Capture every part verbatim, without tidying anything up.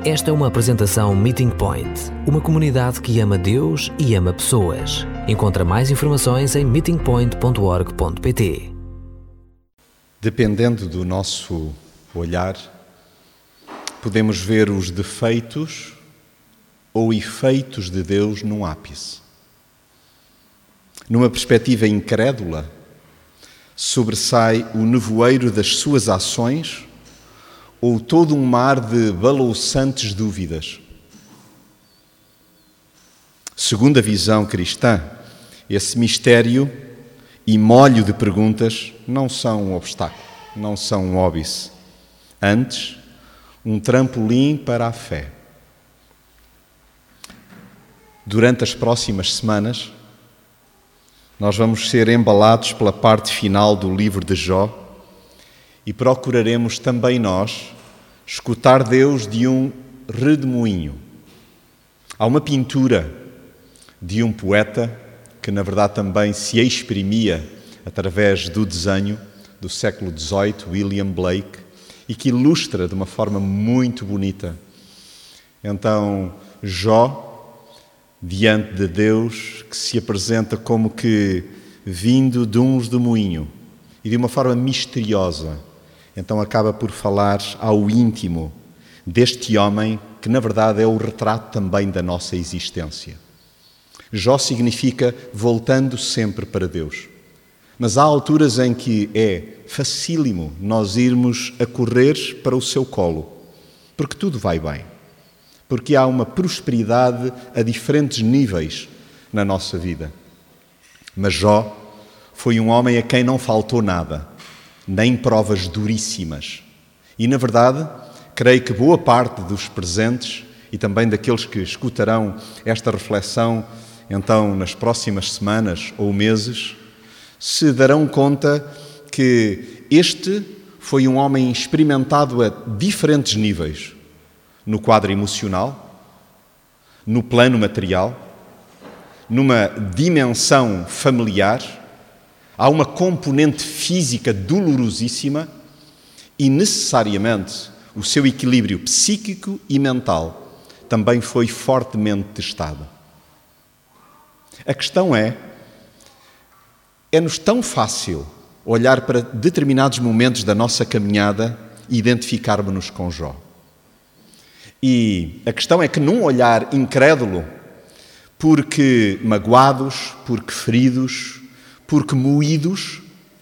Esta é uma apresentação Meeting Point, uma comunidade que ama Deus e ama pessoas. Encontra mais informações em meeting point ponto org ponto pt. Dependendo do nosso olhar, podemos ver os defeitos ou efeitos de Deus num ápice. Numa perspectiva incrédula, sobressai o nevoeiro das suas ações ou todo um mar de balouçantes dúvidas. Segundo a visão cristã, esse mistério e molho de perguntas não são um obstáculo, não são um óbice. Antes, um trampolim para a fé. Durante as próximas semanas, nós vamos ser embalados pela parte final do livro de Jó e procuraremos também nós escutar Deus de um redemoinho. Há uma pintura de um poeta que, na verdade, também se exprimia através do desenho do século dezoito, William Blake, e que ilustra de uma forma muito bonita. Então, Jó, diante de Deus, que se apresenta como que vindo de um redemoinho e de uma forma misteriosa, então acaba por falar ao íntimo deste homem que, na verdade, é o retrato também da nossa existência. Jó significa voltando sempre para Deus. Mas há alturas em que é facílimo nós irmos a correr para o seu colo, porque tudo vai bem. Porque há uma prosperidade a diferentes níveis na nossa vida. Mas Jó foi um homem a quem não faltou nada, nem provas duríssimas. E, na verdade, creio que boa parte dos presentes e também daqueles que escutarão esta reflexão, então, nas próximas semanas ou meses, se darão conta que este foi um homem experimentado a diferentes níveis. No quadro emocional, no plano material, numa dimensão familiar, há uma componente física dolorosíssima e, necessariamente, o seu equilíbrio psíquico e mental também foi fortemente testado. A questão é, é-nos tão fácil olhar para determinados momentos da nossa caminhada e identificarmos-nos com Jó. E a questão é que num olhar incrédulo, porque magoados, porque feridos, porque moídos,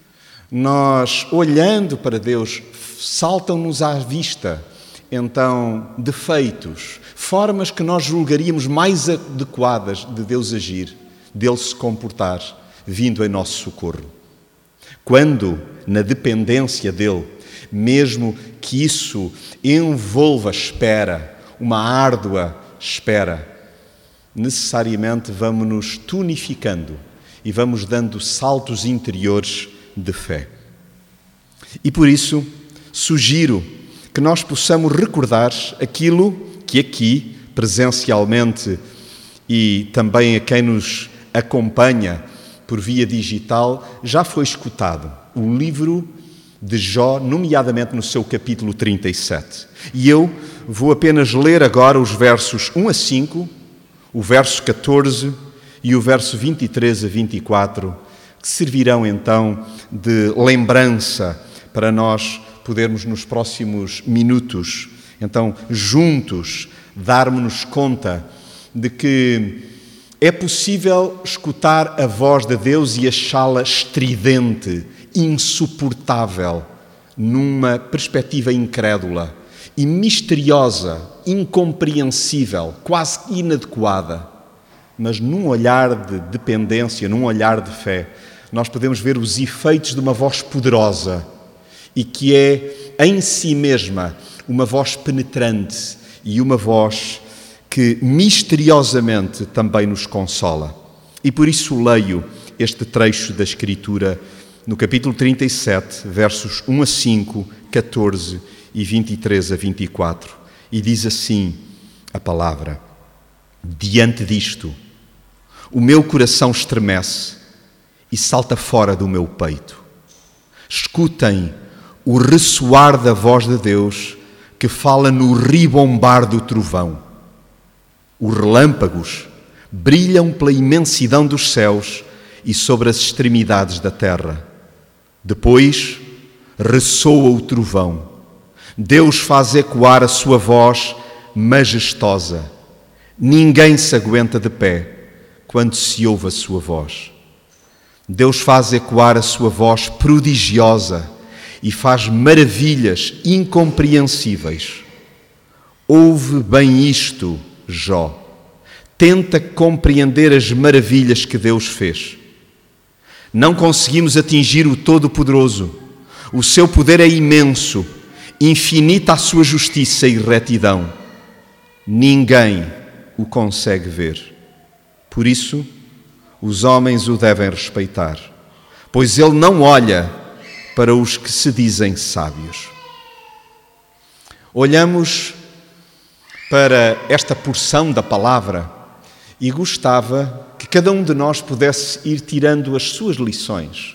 nós, olhando para Deus, saltam-nos à vista, então, defeitos, formas que nós julgaríamos mais adequadas de Deus agir, dele se comportar, vindo em nosso socorro. Quando, na dependência dele, mesmo que isso envolva espera, uma árdua espera, necessariamente vamos-nos tonificando e vamos dando saltos interiores de fé. E por isso, sugiro que nós possamos recordar aquilo que aqui, presencialmente, e também a quem nos acompanha por via digital, já foi escutado. O livro de Jó, nomeadamente no seu capítulo trinta e sete. E eu vou apenas ler agora os versos um a cinco, o verso catorze e o verso vinte e três a vinte e quatro, que servirão então de lembrança para nós podermos nos próximos minutos, então juntos, darmos-nos conta de que é possível escutar a voz de Deus e achá-la estridente, insuportável, numa perspectiva incrédula e misteriosa, incompreensível, quase inadequada. Mas num olhar de dependência, num olhar de fé, nós podemos ver os efeitos de uma voz poderosa e que é, em si mesma, uma voz penetrante e uma voz que misteriosamente também nos consola. E por isso leio este trecho da Escritura no capítulo trinta e sete, versos um a cinco, catorze e vinte e três a vinte e quatro. E diz assim a palavra: diante disto, o meu coração estremece e salta fora do meu peito. Escutem o ressoar da voz de Deus que fala no ribombar do trovão. Os relâmpagos brilham pela imensidão dos céus e sobre as extremidades da terra. Depois ressoa o trovão. Deus faz ecoar a sua voz majestosa. Ninguém se aguenta de pé quando se ouve a sua voz. Deus faz ecoar a sua voz prodigiosa e faz maravilhas incompreensíveis. Ouve bem isto, Jó. Tenta compreender as maravilhas que Deus fez. Não conseguimos atingir o Todo-Poderoso. O seu poder é imenso, infinita a sua justiça e retidão. Ninguém o consegue ver. Por isso, os homens o devem respeitar, pois ele não olha para os que se dizem sábios. Olhamos para esta porção da palavra e gostava que cada um de nós pudesse ir tirando as suas lições.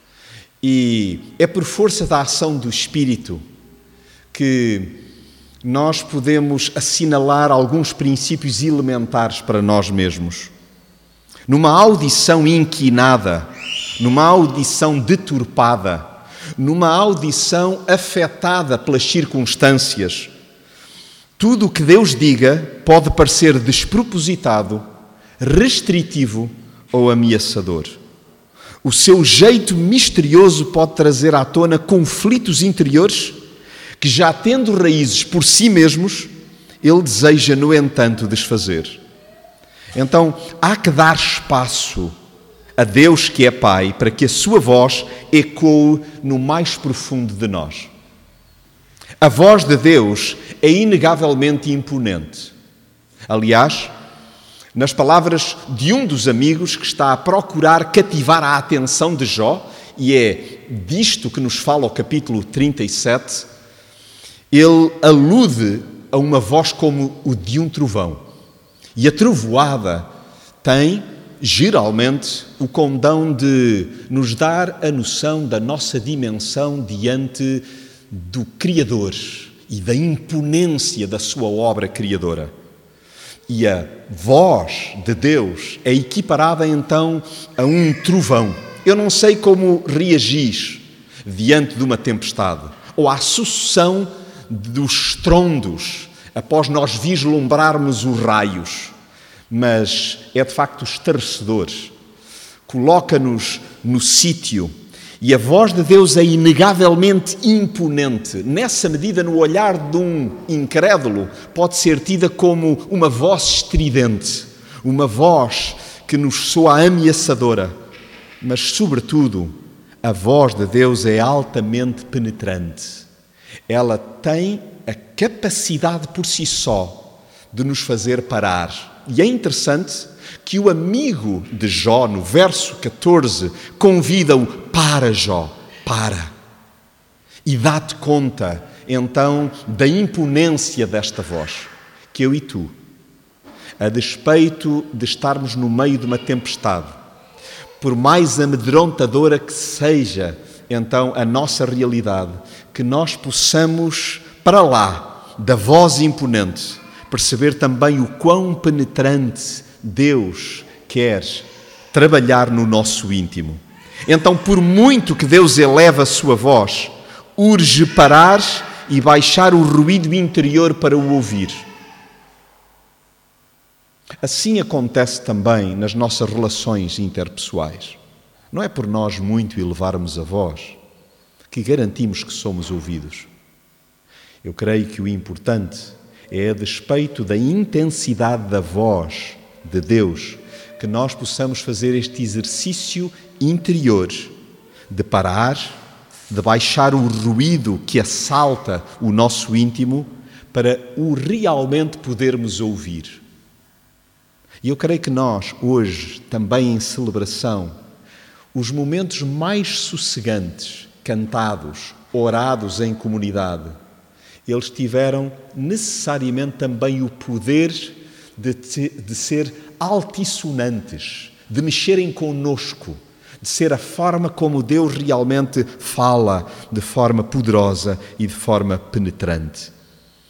E é por força da ação do Espírito que nós podemos assinalar alguns princípios elementares para nós mesmos. Numa audição inquinada, numa audição deturpada, numa audição afetada pelas circunstâncias, tudo o que Deus diga pode parecer despropositado, restritivo ou ameaçador. O seu jeito misterioso pode trazer à tona conflitos interiores que, já tendo raízes por si mesmos, ele deseja, no entanto, desfazer. Então, há que dar espaço a Deus, que é Pai, para que a sua voz ecoe no mais profundo de nós. A voz de Deus é inegavelmente imponente. Aliás, nas palavras de um dos amigos que está a procurar cativar a atenção de Jó, e é disto que nos fala o capítulo trinta e sete, ele alude a uma voz como o de um trovão. E a trovoada tem, geralmente, o condão de nos dar a noção da nossa dimensão diante do Criador e da imponência da sua obra criadora. E a voz de Deus é equiparada então a um trovão. Eu não sei como reagis diante de uma tempestade ou à sucessão dos estrondos após nós vislumbrarmos os raios, mas é de facto estarrecedor. Coloca-nos no sítio. E a voz de Deus é inegavelmente imponente. Nessa medida, no olhar de um incrédulo, pode ser tida como uma voz estridente, uma voz que nos soa ameaçadora. Mas, sobretudo, a voz de Deus é altamente penetrante. Ela tem a capacidade por si só de nos fazer parar. E é interessante que o amigo de Jó, no verso catorze, convida-o: para, Jó, para. E dá-te conta, então, da imponência desta voz, que eu e tu, a despeito de estarmos no meio de uma tempestade, por mais amedrontadora que seja, então, a nossa realidade, que nós possamos, para lá da voz imponente, perceber também o quão penetrante Deus quer trabalhar no nosso íntimo. Então, por muito que Deus eleve a sua voz, urge parar e baixar o ruído interior para o ouvir. Assim acontece também nas nossas relações interpessoais. Não é por nós muito elevarmos a voz que garantimos que somos ouvidos. Eu creio que o importante é, a despeito da intensidade da voz de Deus, que nós possamos fazer este exercício interior de parar, de baixar o ruído que assalta o nosso íntimo para o realmente podermos ouvir. E eu creio que nós, hoje, também em celebração, os momentos mais sossegantes, cantados, orados em comunidade, eles tiveram necessariamente também o poder de, te, de ser altissonantes, de mexerem connosco, de ser a forma como Deus realmente fala, de forma poderosa e de forma penetrante.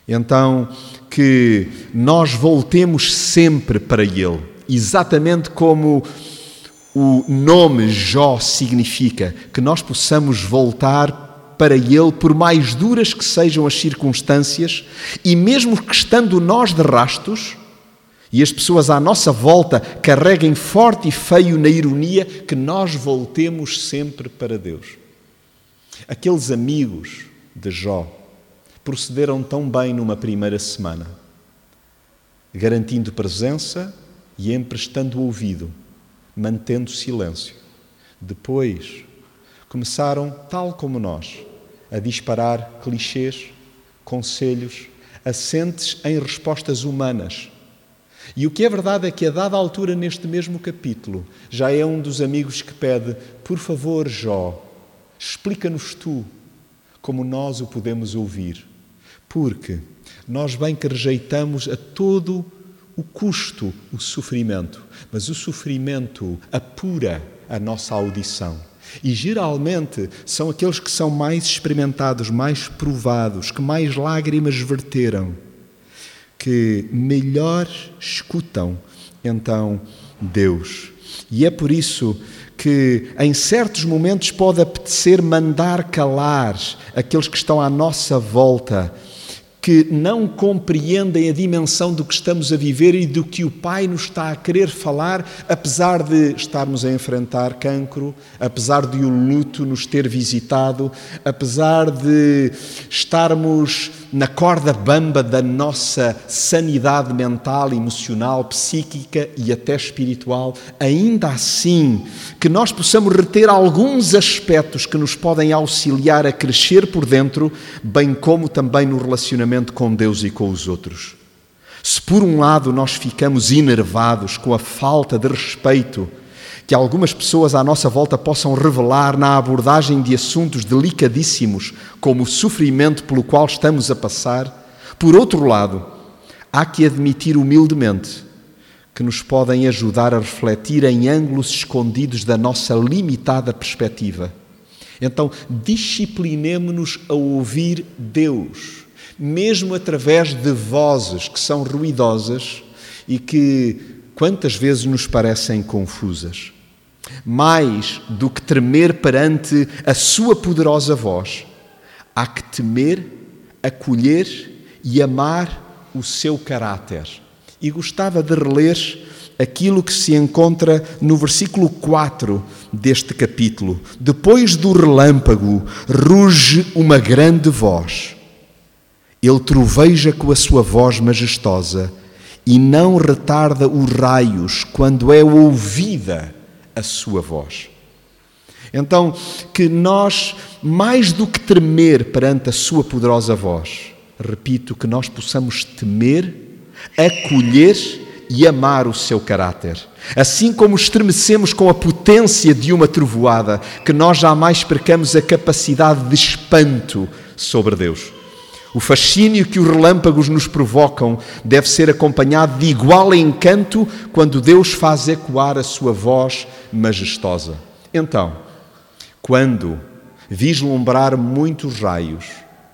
Então, que nós voltemos sempre para Ele, exatamente como o nome Jó significa, que nós possamos voltar para Ele, por mais duras que sejam as circunstâncias, e mesmo que estando nós de rastos, e as pessoas à nossa volta carreguem forte e feio na ironia, que nós voltemos sempre para Deus. Aqueles amigos de Jó procederam tão bem numa primeira semana, garantindo presença e emprestando ouvido, mantendo silêncio. Depois, começaram, tal como nós, a disparar clichês, conselhos, assentes em respostas humanas. E o que é verdade é que, a dada altura, neste mesmo capítulo, já é um dos amigos que pede: por favor, Jó, explica-nos tu como nós o podemos ouvir. Porque nós bem que rejeitamos a todo o custo o sofrimento, mas o sofrimento apura a nossa audição. E geralmente são aqueles que são mais experimentados, mais provados, que mais lágrimas verteram, que melhor escutam então Deus. E é por isso que em certos momentos pode apetecer mandar calar aqueles que estão à nossa volta, que não compreendem a dimensão do que estamos a viver e do que o Pai nos está a querer falar, apesar de estarmos a enfrentar cancro, apesar de o luto nos ter visitado, apesar de estarmos na corda bamba da nossa sanidade mental, emocional, psíquica e até espiritual, ainda assim que nós possamos reter alguns aspectos que nos podem auxiliar a crescer por dentro, bem como também no relacionamento com Deus e com os outros. Se por um lado nós ficamos enervados com a falta de respeito que algumas pessoas à nossa volta possam revelar na abordagem de assuntos delicadíssimos, como o sofrimento pelo qual estamos a passar, por outro lado, há que admitir humildemente que nos podem ajudar a refletir em ângulos escondidos da nossa limitada perspectiva. Então, disciplinemo-nos a ouvir Deus, mesmo através de vozes que são ruidosas e que quantas vezes nos parecem confusas. Mais do que tremer perante a sua poderosa voz, há que temer, acolher e amar o seu caráter. E gostava de reler aquilo que se encontra no versículo quatro deste capítulo. Depois do relâmpago, ruge uma grande voz. Ele troveja com a sua voz majestosa e não retarda os raios quando é ouvida a sua voz. Então, que nós, mais do que tremer perante a sua poderosa voz, repito, que nós possamos temer, acolher e amar o seu caráter. Assim como estremecemos com a potência de uma trovoada, que nós jamais percamos a capacidade de espanto sobre Deus. O fascínio que os relâmpagos nos provocam deve ser acompanhado de igual encanto quando Deus faz ecoar a sua voz majestosa. Então, quando vislumbrar muitos raios,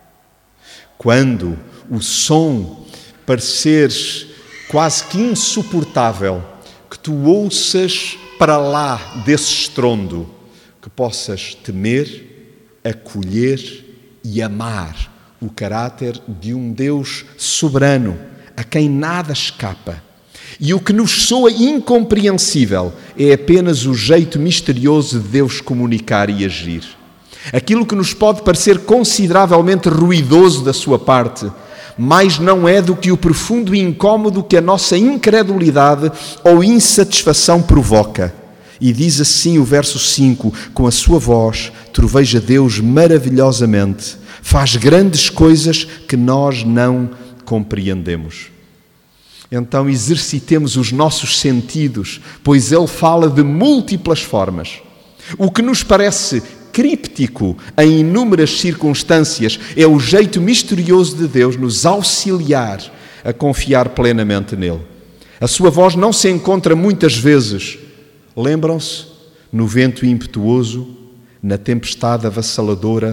quando o som parecer quase que insuportável, que tu ouças para lá desse estrondo, que possas temer, acolher e amar o caráter de um Deus soberano, a quem nada escapa. E o que nos soa incompreensível é apenas o jeito misterioso de Deus comunicar e agir. Aquilo que nos pode parecer consideravelmente ruidoso da sua parte, mais não é do que o profundo incómodo que a nossa incredulidade ou insatisfação provoca. E diz assim o verso cinco, com a sua voz, troveja Deus maravilhosamente, faz grandes coisas que nós não compreendemos. Então exercitemos os nossos sentidos, pois Ele fala de múltiplas formas. O que nos parece críptico em inúmeras circunstâncias é o jeito misterioso de Deus nos auxiliar a confiar plenamente nele. A sua voz não se encontra muitas vezes, lembram-se, no vento impetuoso, na tempestade avassaladora,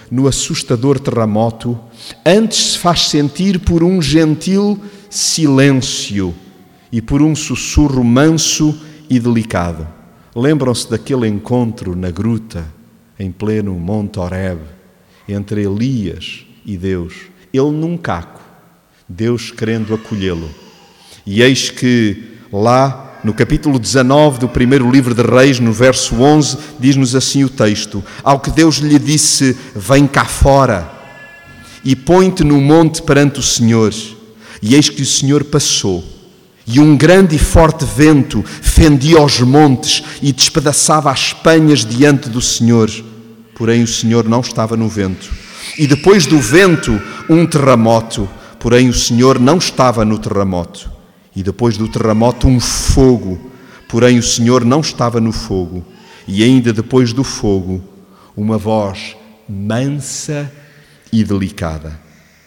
no assustador terremoto, antes se faz sentir por um gentil silêncio e por um sussurro manso e delicado. Lembram-se daquele encontro na gruta, em pleno Monte Horebe, entre Elias e Deus, ele num caco, Deus querendo acolhê-lo. E eis que lá, no capítulo dezanove do primeiro livro de Reis, no verso onze, diz-nos assim o texto: ao que Deus lhe disse, vem cá fora e põe-te no monte perante o Senhor. E eis que o Senhor passou, e um grande e forte vento fendia os montes e despedaçava as penhas diante do Senhor. Porém o Senhor não estava no vento. E depois do vento, um terremoto. Porém o Senhor não estava no terremoto. E depois do terremoto, um fogo. Porém o Senhor não estava no fogo. E ainda depois do fogo, uma voz mansa e delicada.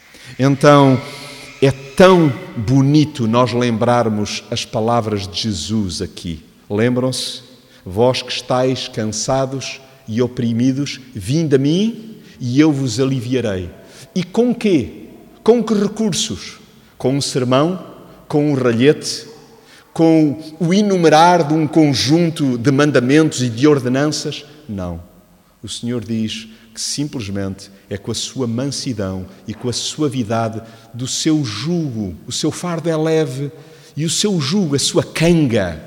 Então, é tão bonito nós lembrarmos as palavras de Jesus aqui. Lembram-se? Vós que estáis cansados e oprimidos, vinde a mim e eu vos aliviarei. E com quê? Com que recursos? Com um sermão? Com um ralhete? Com o enumerar de um conjunto de mandamentos e de ordenanças? Não. O Senhor diz que simplesmente é com a sua mansidão e com a suavidade do seu jugo. O seu fardo é leve e o seu jugo, a sua canga,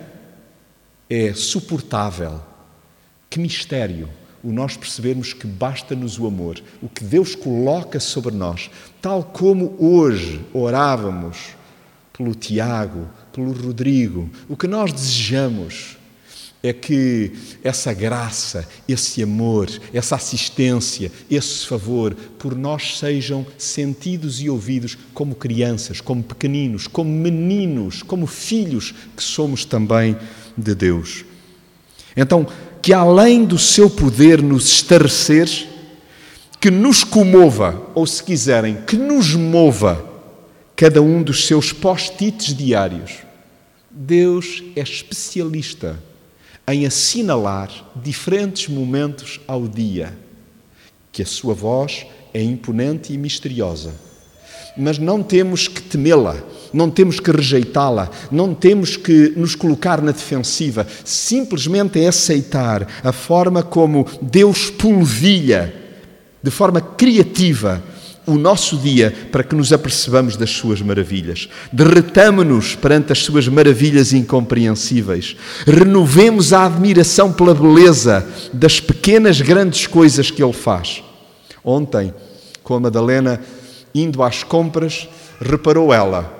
é suportável. Que mistério o nós percebermos que basta-nos o amor, o que Deus coloca sobre nós, tal como hoje orávamos pelo Tiago, pelo Rodrigo. O que nós desejamos é que essa graça, esse amor, essa assistência, esse favor por nós sejam sentidos e ouvidos como crianças, como pequeninos, como meninos, como filhos que somos também de Deus. Então, que além do seu poder nos estarrecer, que nos comova, ou se quiserem, que nos mova cada um dos seus post-its diários. Deus é especialista em assinalar diferentes momentos ao dia, que a sua voz é imponente e misteriosa. Mas não temos que temê-la, não temos que rejeitá-la, não temos que nos colocar na defensiva, simplesmente é aceitar a forma como Deus polvilha, de forma criativa, o nosso dia para que nos apercebamos das suas maravilhas. Derretamo-nos perante as suas maravilhas incompreensíveis. Renovemos a admiração pela beleza das pequenas grandes coisas que Ele faz. Ontem, com a Madalena, indo às compras, reparou ela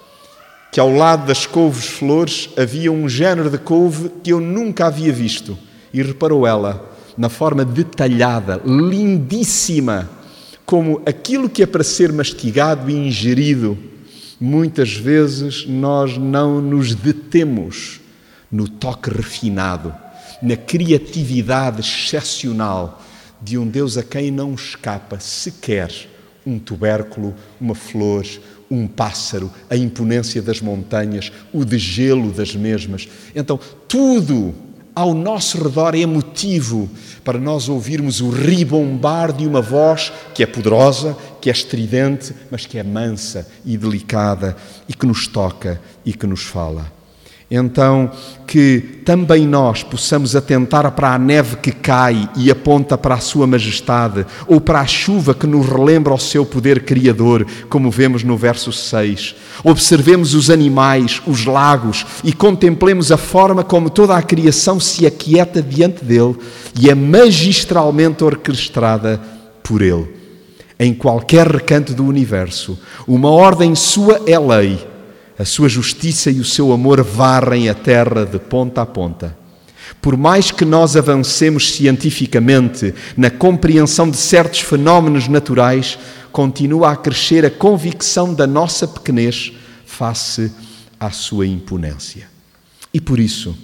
que ao lado das couves-flores havia um género de couve que eu nunca havia visto. E reparou ela na forma detalhada, lindíssima, como aquilo que é para ser mastigado e ingerido, muitas vezes nós não nos detemos no toque refinado, na criatividade excepcional de um Deus a quem não escapa sequer um tubérculo, uma flor, um pássaro, a imponência das montanhas, o degelo das mesmas. Então, tudo ao nosso redor é motivo para nós ouvirmos o ribombar de uma voz que é poderosa, que é estridente, mas que é mansa e delicada e que nos toca e que nos fala. Então, que também nós possamos atentar para a neve que cai e aponta para a sua majestade, ou para a chuva que nos relembra o seu poder criador, como vemos no verso seis. Observemos os animais, os lagos, e contemplemos a forma como toda a criação se aquieta diante dele e é magistralmente orquestrada por ele. Em qualquer recanto do universo, uma ordem sua é lei. A sua justiça e o seu amor varrem a terra de ponta a ponta. Por mais que nós avancemos cientificamente na compreensão de certos fenómenos naturais, continua a crescer a convicção da nossa pequenez face à sua imponência. E por isso,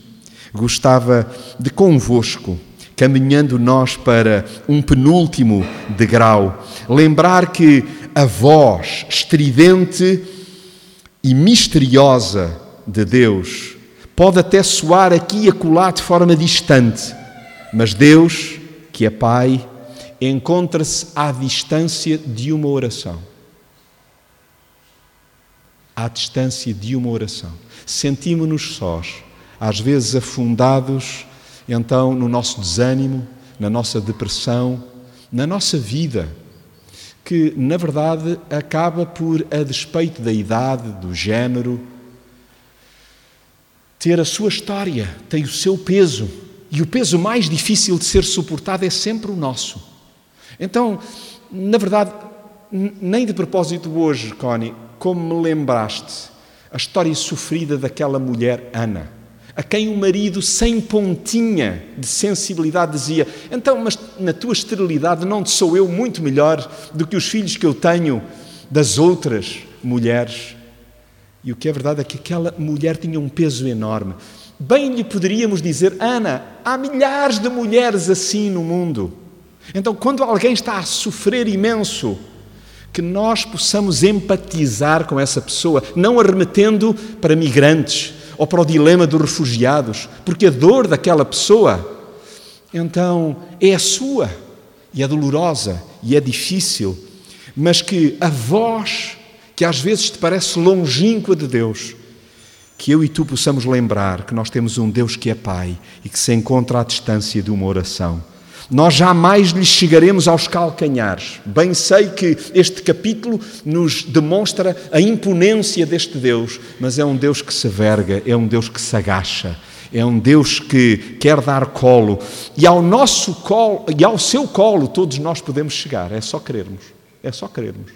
gostava de convosco, caminhando nós para um penúltimo degrau, lembrar que a voz estridente e misteriosa de Deus pode até soar aqui e acolá de forma distante, mas Deus, que é Pai, encontra-se à distância de uma oração. À distância de uma oração. Sentimos-nos sós, às vezes afundados, então, no nosso desânimo, na nossa depressão, na nossa vida, que, na verdade, acaba por, a despeito da idade, do género, ter a sua história, tem o seu peso. E o peso mais difícil de ser suportado é sempre o nosso. Então, na verdade, nem de propósito hoje, Connie, como me lembraste, a história sofrida daquela mulher, Ana, a quem o marido, sem pontinha de sensibilidade, dizia: então, mas na tua esterilidade não te sou eu muito melhor do que os filhos que eu tenho das outras mulheres? E o que é verdade é que aquela mulher tinha um peso enorme. Bem lhe poderíamos dizer: Ana, há milhares de mulheres assim no mundo. Então, quando alguém está a sofrer imenso, que nós possamos empatizar com essa pessoa, não a remetendo para migrantes ou para o dilema dos refugiados, porque a dor daquela pessoa, então, é a sua, e é dolorosa, e é difícil, mas que a voz, que às vezes te parece longínqua de Deus, que eu e tu possamos lembrar que nós temos um Deus que é Pai e que se encontra à distância de uma oração. Nós jamais lhe chegaremos aos calcanhares. Bem sei que este capítulo nos demonstra a imponência deste Deus, mas é um Deus que se verga, é um Deus que se agacha, é um Deus que quer dar colo. E ao nosso colo, e ao seu colo todos nós podemos chegar, é só querermos, é só querermos.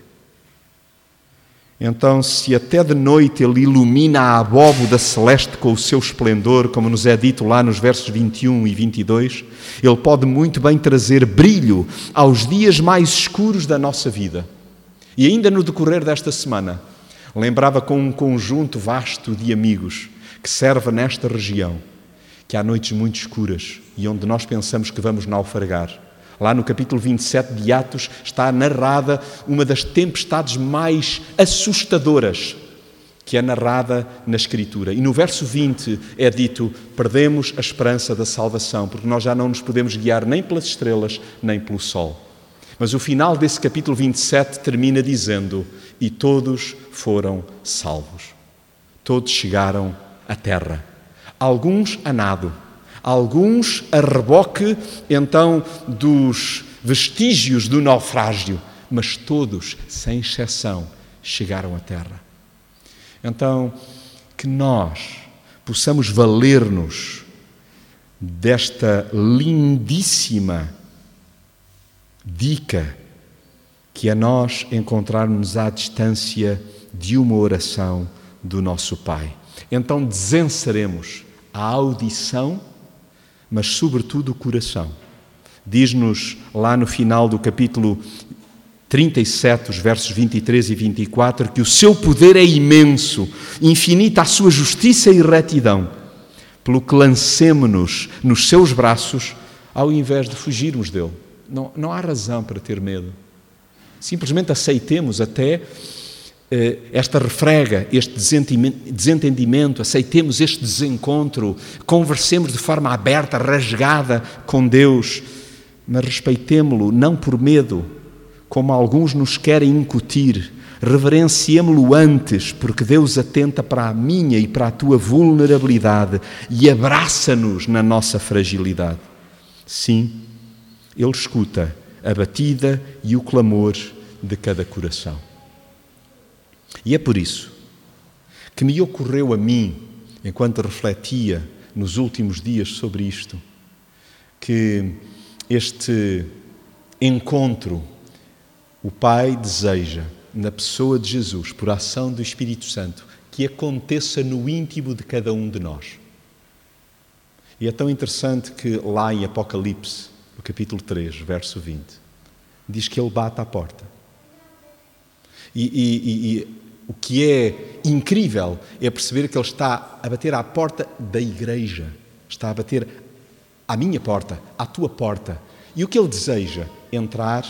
Então, se até de noite Ele ilumina a abóboda celeste com o seu esplendor, como nos é dito lá nos versos vinte e um e vinte e dois, Ele pode muito bem trazer brilho aos dias mais escuros da nossa vida. E ainda no decorrer desta semana, lembrava com um conjunto vasto de amigos que serve nesta região, que há noites muito escuras e onde nós pensamos que vamos naufragar. Lá no capítulo vinte e sete de Atos está narrada uma das tempestades mais assustadoras que é narrada na Escritura. E no verso vinte é dito: perdemos a esperança da salvação, porque nós já não nos podemos guiar nem pelas estrelas, nem pelo sol. Mas o final desse capítulo vinte e sete termina dizendo: e todos foram salvos. Todos chegaram à terra. Alguns a nado. Alguns a reboque, então, dos vestígios do naufrágio, mas todos, sem exceção, chegaram à terra. Então, que nós possamos valer-nos desta lindíssima dica que é nós encontrarmos à distância de uma oração do nosso Pai. Então, desenceremos a audição, mas sobretudo o coração. Diz-nos lá no final do capítulo trinta e sete, os versos vinte e três e vinte e quatro, que o seu poder é imenso, infinita a sua justiça e retidão, pelo que lancemo-nos nos seus braços ao invés de fugirmos dele. Não, não há razão para ter medo. Simplesmente aceitemos até esta refrega, este desentendimento, aceitemos este desencontro, conversemos de forma aberta, rasgada com Deus, mas respeitemo-lo não por medo, como alguns nos querem incutir, reverenciemo-lo antes, porque Deus atenta para a minha e para a tua vulnerabilidade e abraça-nos na nossa fragilidade. Sim, Ele escuta a batida e o clamor de cada coração. E é por isso que me ocorreu a mim, enquanto refletia nos últimos dias sobre isto, que este encontro o Pai deseja, na pessoa de Jesus, por ação do Espírito Santo, que aconteça no íntimo de cada um de nós. E é tão interessante que lá em Apocalipse, no capítulo três, verso vinte, diz que Ele bate à porta. E, e, e, e o que é incrível é perceber que Ele está a bater à porta da igreja, está a bater à minha porta, à tua porta. E o que Ele deseja? Entrar,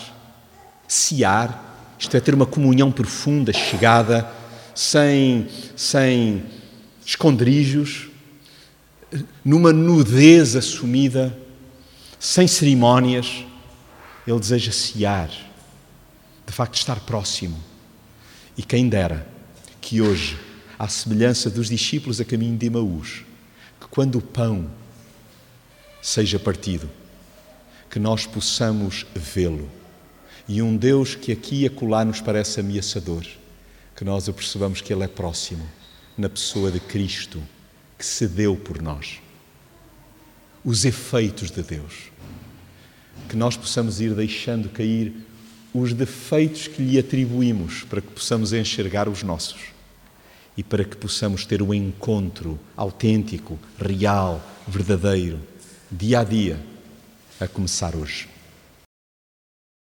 cear, isto é, ter uma comunhão profunda, chegada, sem, sem esconderijos, numa nudez assumida, sem cerimónias, Ele deseja cear, de facto estar próximo. E quem dera que hoje, à semelhança dos discípulos a caminho de Emaús, que quando o pão seja partido, que nós possamos vê-lo. E um Deus que aqui e acolá nos parece ameaçador, que nós apercebamos que Ele é próximo, na pessoa de Cristo, que se deu por nós. Os efeitos de Deus. Que nós possamos ir deixando cair os defeitos que lhe atribuímos, para que possamos enxergar os nossos e para que possamos ter um encontro autêntico, real, verdadeiro, dia a dia, a começar hoje.